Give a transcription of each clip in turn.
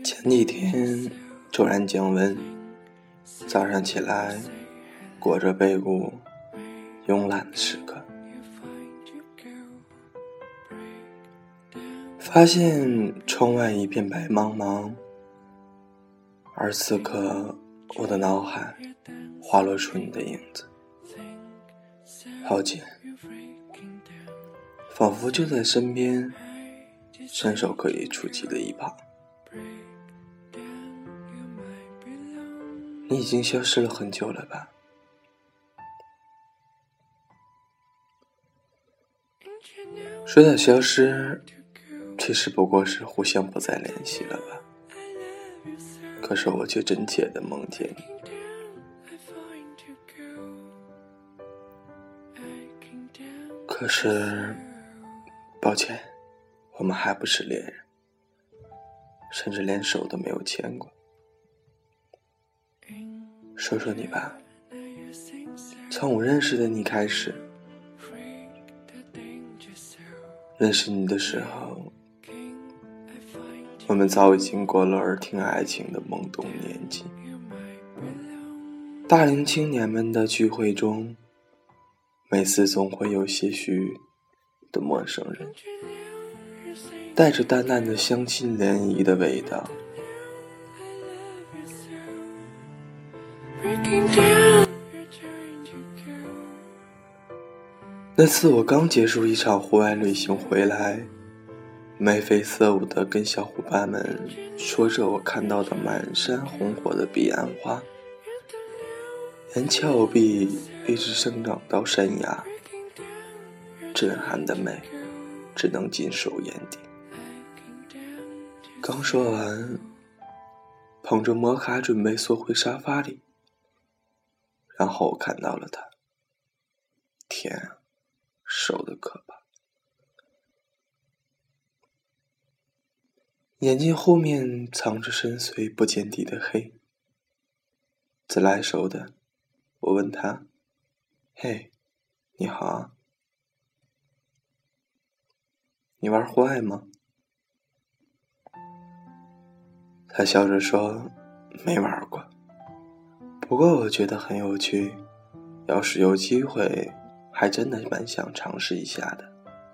前几天骤然降温，早上起来裹着被褥慵懒的时刻，发现窗外一片白茫茫，而此刻我的脑海滑落出你的影子，好近，仿佛就在身边，伸手可以触及的一旁。你已经消失了很久了吧？说到消失，其实不过是互相不再联系了吧？可是我却真切地梦见你。可是，抱歉，我们还不是恋人，甚至连手都没有牵过。说说你吧，从我认识的你开始，认识你的时候，我们早已经过了耳听爱情的懵懂年纪。大龄青年们的聚会中，每次总会有些许的陌生人，带着淡淡的相亲联谊的味道。那次我刚结束一场户外旅行回来，眉飞色舞地跟小伙伴们说着我看到的满山红火的彼岸花，沿峭壁一直生长到山崖，震撼的美只能尽收眼底。刚说完，捧着摩卡准备缩回沙发里，然后我看到了他。天啊，瘦得可怕，眼睛后面藏着深邃不见底的黑。自来熟的，我问他：嘿，你好啊，你玩户外吗？他笑着说：没玩过，不过我觉得很有趣，要是有机会还真的蛮想尝试一下的。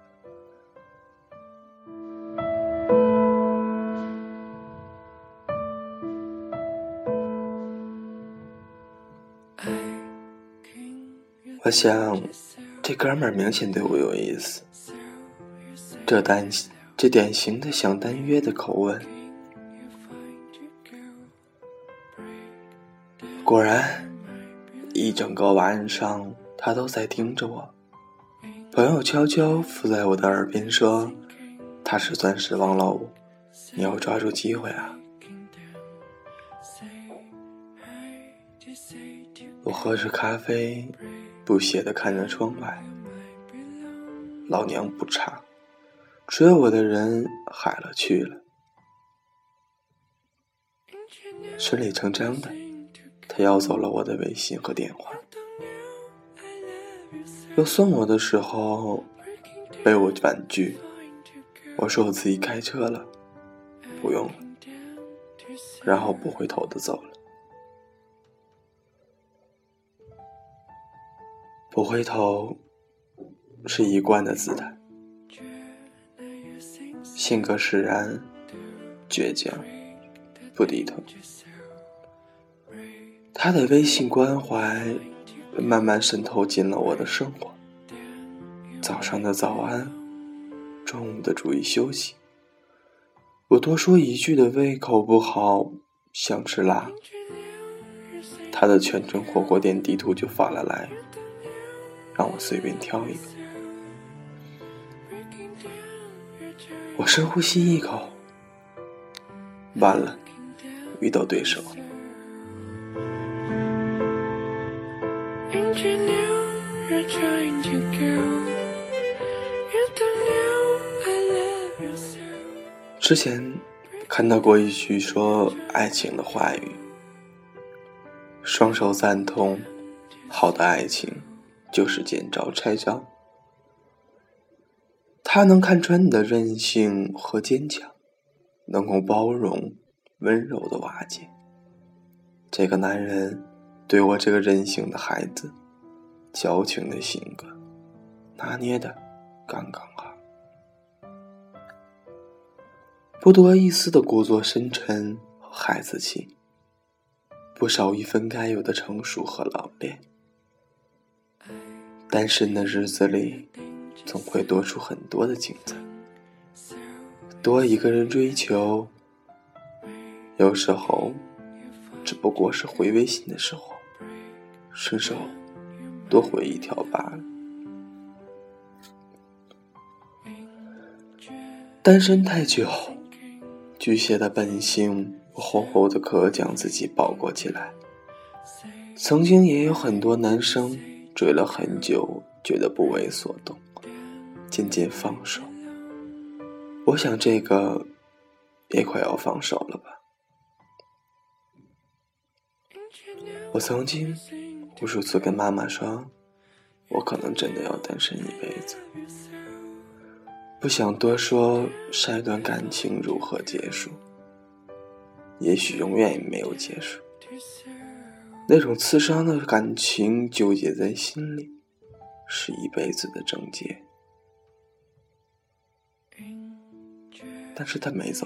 我想这哥们儿明显对我有意思，这典型的想单约的口吻。果然一整个晚上他都在盯着我。朋友悄悄附在我的耳边说，他是钻石王老五，你要抓住机会啊。我喝着咖啡，不屑地看着窗外，老娘不差，追我的人海了去了。顺理成章的，他要走了我的微信和电话。要送我的时候被我婉拒，我说我自己开车了，不用了，然后不回头的走了。不回头是一贯的姿态，性格使然，倔强，不低头。他的微信关怀慢慢渗透进了我的生活，早上的早安，中午的注意休息，我多说一句的胃口不好，想吃辣，他的全城火锅店地图就发了来，让我随便挑一个。我深呼吸一口，完了，遇到对手。之前看到过一句说爱情的话语，双手赞同，好的爱情就是见招拆招。他能看穿你的任性和坚强，能够包容温柔的瓦解。这个男人对我这个任性的孩子，矫情的性格拿捏的刚刚好，不多一丝的故作深沉和孩子气，不少一分该有的成熟和老练。单身的日子里总会多出很多的精彩，多一个人追求，有时候只不过是回微信的时候顺手多回一条罢了。单身太久，巨蟹的本性厚厚的壳将自己包裹起来。曾经也有很多男生追了很久，觉得不为所动，渐渐放手。我想这个也快要放手了吧。我曾经无数次跟妈妈说，我可能真的要单身一辈子，不想多说上一段感情如何结束，也许永远也没有结束。那种刺伤的感情纠结在心里，是一辈子的症结。但是他没走，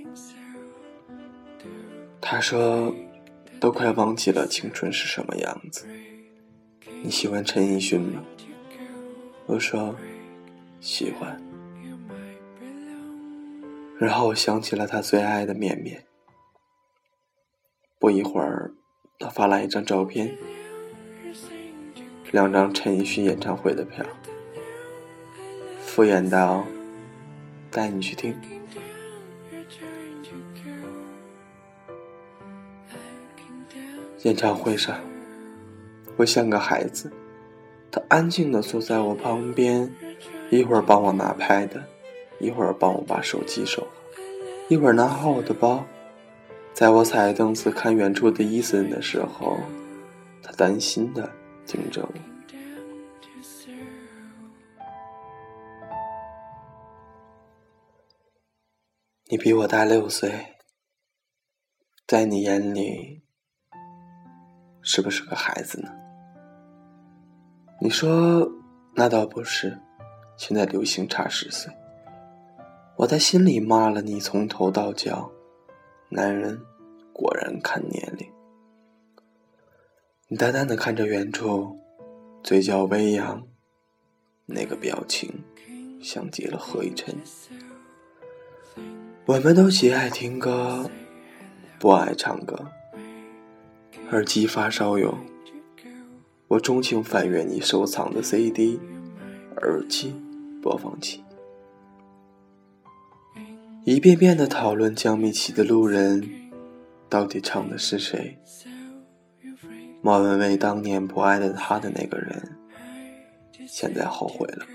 他说都快忘记了青春是什么样子。你喜欢陈奕迅吗？我说喜欢。然后我想起了他最爱的绵绵。不一会儿他发来一张照片，2张陈奕迅演唱会的票，敷衍道带你去听。演唱会上我像个孩子，他安静地坐在我旁边，一会儿帮我拿拍的，一会儿帮我把手机收好，一会儿拿好我的包。在我踩凳子看远处的伊森的时候，他担心地盯着我。你比我大6岁，在你眼里是不是个孩子呢？你说那倒不是，现在流行差10岁。我在心里骂了你从头到脚，男人果然看年龄。你淡淡地看着远处，嘴角微扬，那个表情像极了何以琛。我们都极爱听歌，不爱唱歌，耳机发烧友，我钟情翻阅你收藏的 CD、耳机、播放器，一遍遍地讨论江米奇的路人到底唱的是谁。莫文蔚当年不爱的他的那个人，现在后悔了吗？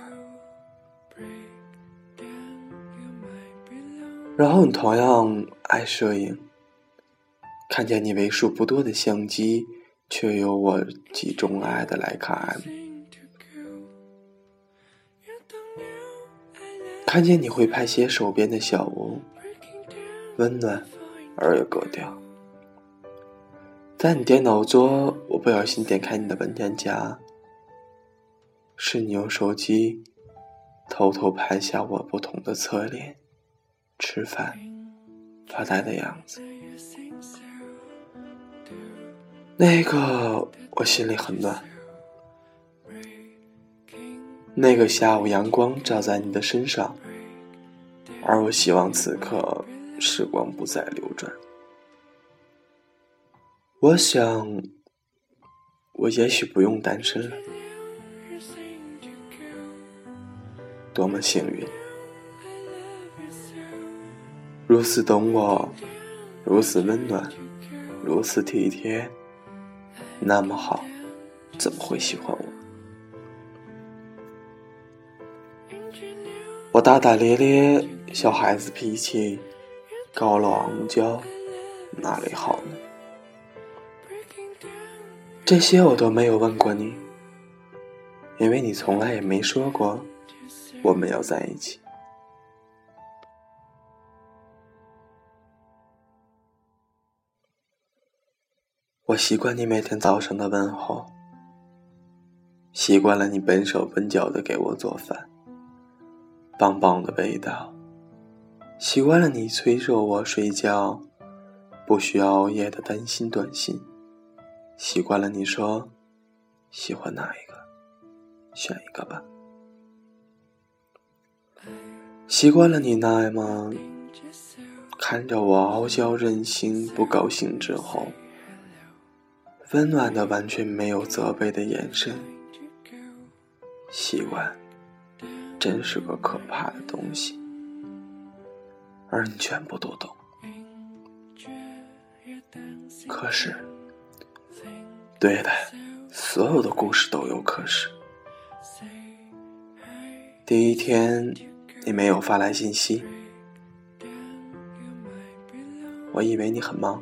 然后你同样爱摄影，看见你为数不多的相机，却有我极钟爱的徕卡 M。 看见你会拍些手边的小物，温暖而又格调。在你电脑桌，我不小心点开你的文件夹，是你用手机偷偷拍下我不同的侧脸，吃饭发呆的样子。那个我心里很暖，那个下午阳光照在你的身上，而我希望此刻时光不再流转。我想我也许不用单身了，多么幸运，如此懂我，如此温暖，如此体贴，那么好，怎么会喜欢我？我大大咧咧，小孩子脾气，高冷傲娇，哪里好呢？这些我都没有问过你，因为你从来也没说过我们要在一起。 我习惯你每天早上的问候，习惯了你笨手笨脚的给我做饭，棒棒的味道，习惯了你催着我睡觉，不需要熬夜的担心短信，习惯了你说喜欢哪一个，选一个吧。习惯了你那么看着我傲娇任性不高兴之后，温暖的完全没有责备的眼神。习惯真是个可怕的东西，而你全部都懂。可是，对的，所有的故事都有可是。第一天你没有发来信息，我以为你很忙。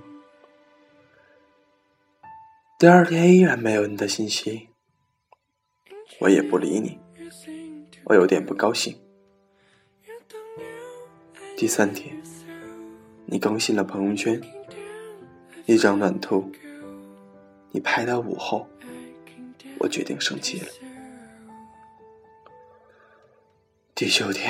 第二天依然没有你的信息，我也不理你，我有点不高兴。第三天你更新了朋友圈，一张暖图，你拍到午后，我决定生气了。第9天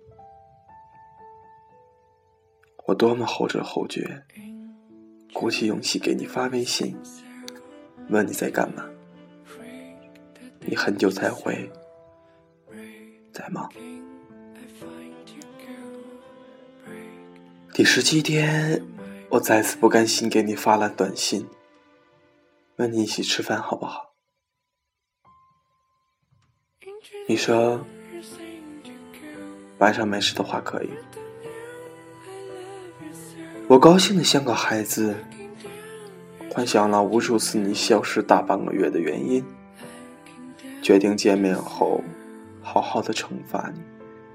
我多么后知后觉，鼓起勇气给你发微信，问你在干嘛，你很久才回，在忙。第17天我再次不甘心给你发了短信，问你一起吃饭好不好，你说晚上没事的话可以。我高兴得像个孩子，幻想了无数次你消失大半个月的原因，决定见面后好好的惩罚你。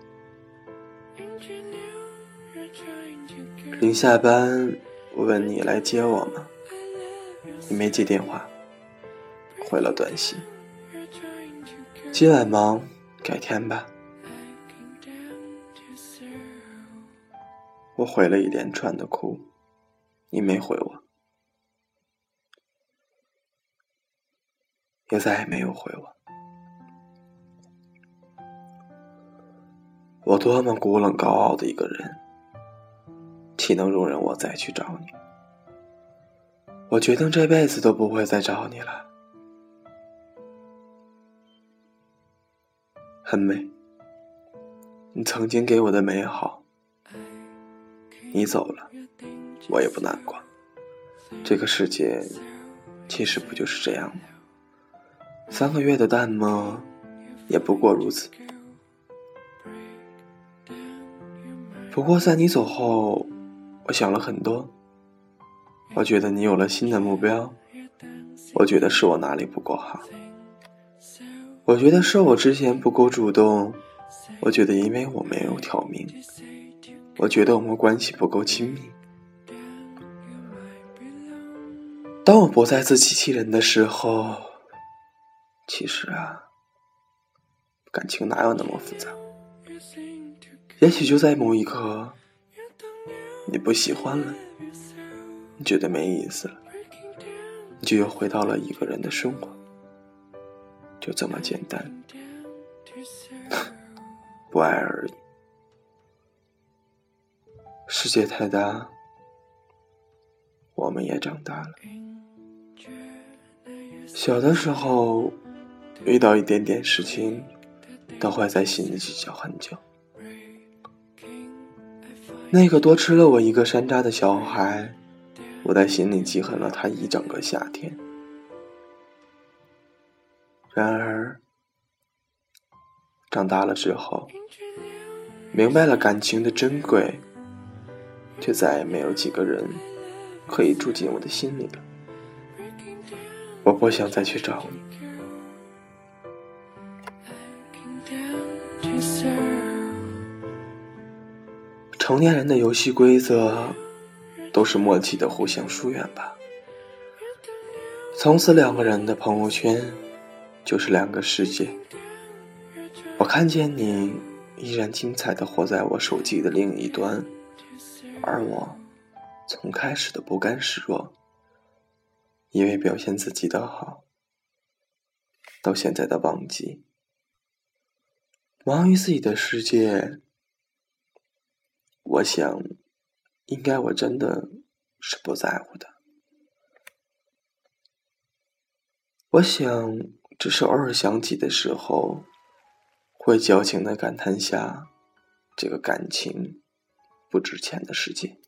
临下班我问你来接我吗，你没接电话，回了短信，今晚忙，改天吧。我回了一连串的哭，你没回我，也再也没有回我。我多么孤冷高傲的一个人，岂能容忍我再去找你？我决定这辈子都不会再找你了。很美，你曾经给我的美好，你走了，我也不难过。这个世界其实不就是这样吗？3个月的淡漠也不过如此。不过在你走后，我想了很多，我觉得你有了新的目标，我觉得是我哪里不够好，我觉得是我之前不够主动，我觉得因为我没有挑明，我觉得我们关系不够亲密。当我不再自欺欺人的时候，其实感情哪有那么复杂？也许就在某一刻，你不喜欢了，你觉得没意思了，你就又回到了一个人的生活，就这么简单，不爱而已。世界太大，我们也长大了。小的时候，遇到一点点事情，都会在心里计较很久。那个多吃了我一个山楂的小孩，我在心里记恨了他一整个夏天。然而，长大了之后，明白了感情的珍贵，却再也没有几个人可以住进我的心里了。我不想再去找你。成年人的游戏规则都是默契的互相疏远吧。从此2个人的朋友圈就是2个世界。我看见你依然精彩地活在我手机的另一端，而我从开始的不甘示弱， 因为表现自己的好，到现在的忘记，忙于自己的世界。我想应该我真的是不在乎的。我想只是偶尔想起的时候，会矫情地感叹下这个感情不值钱的世界。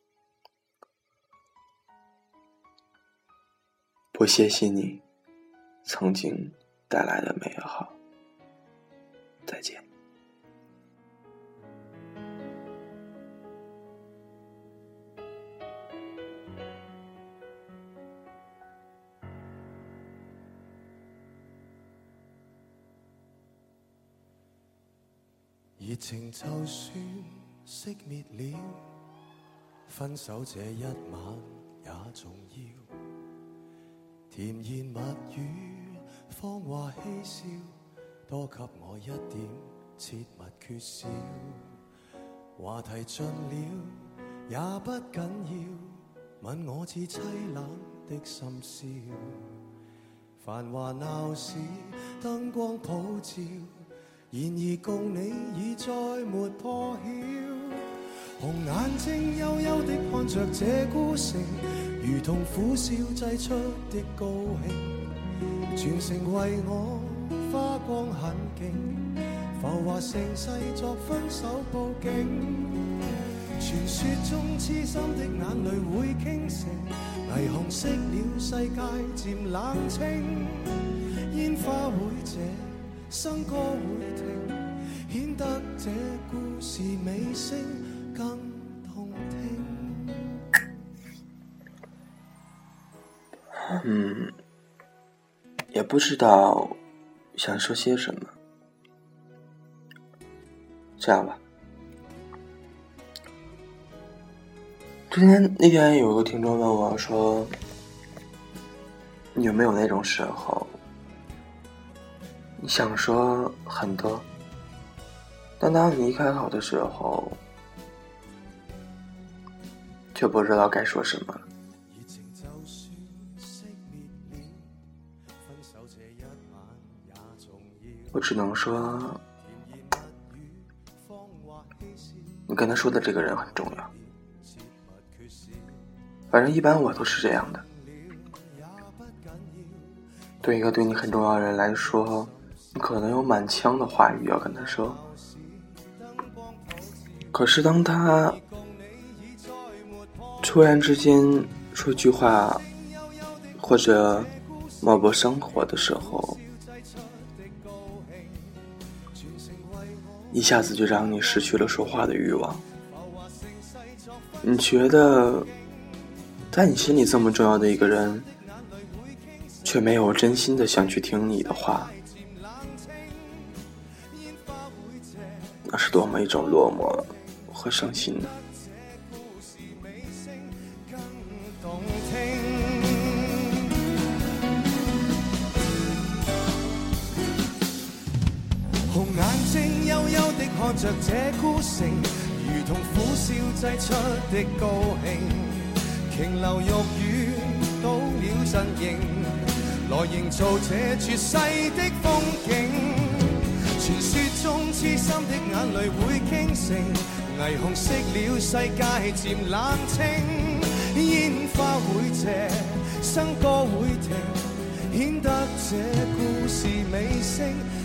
不谢谢你曾经带来的美好，再见。 熱情就算熄滅了，分手這一晚也重要。甜言蜜語，謊話嬉笑，多給我一點切勿缺少。話題盡了也不緊要，問我至凄冷的深宵。繁華鬧市燈光普照，然而共你已再沒破曉。紅眼睛幽幽的看着這孤城，如同苦笑製出的高興。全城為我花光很勁，浮華盛世作分手佈景。傳說中痴心的眼淚會傾城，霓虹熄了世界漸冷清。煙花會謝，笙歌會停，顯得這故事尾聲更動聽。 也不知道想說些什麼。這樣吧，那天有個聽眾問我說，你有沒有那種時候，你想說很多，但當你一開口的時候，卻不知道該說什麼。我只能說，你跟他說的這個人很重要。反正一般我都是這樣的，對一個對你很重要的人來說，你可能有滿腔的話語要跟他說，可是當他突然之間說句話或者默不生火的時候，一下子就讓你失去了說話的慾望。你覺得在你心裡這麼重要的一個人，卻沒有真心的想去聽你的話，那是多麼一種落寞和傷心呢？ 紅眼睛幽幽的看着這孤城，如同苦笑製出的高興。瓊樓玉宇倒了陣營，來營造這絕世的風景。傳說中痴心的眼淚會傾城，霓虹熄了世界漸冷清。煙花會謝，笙歌會停，顯得這故事尾聲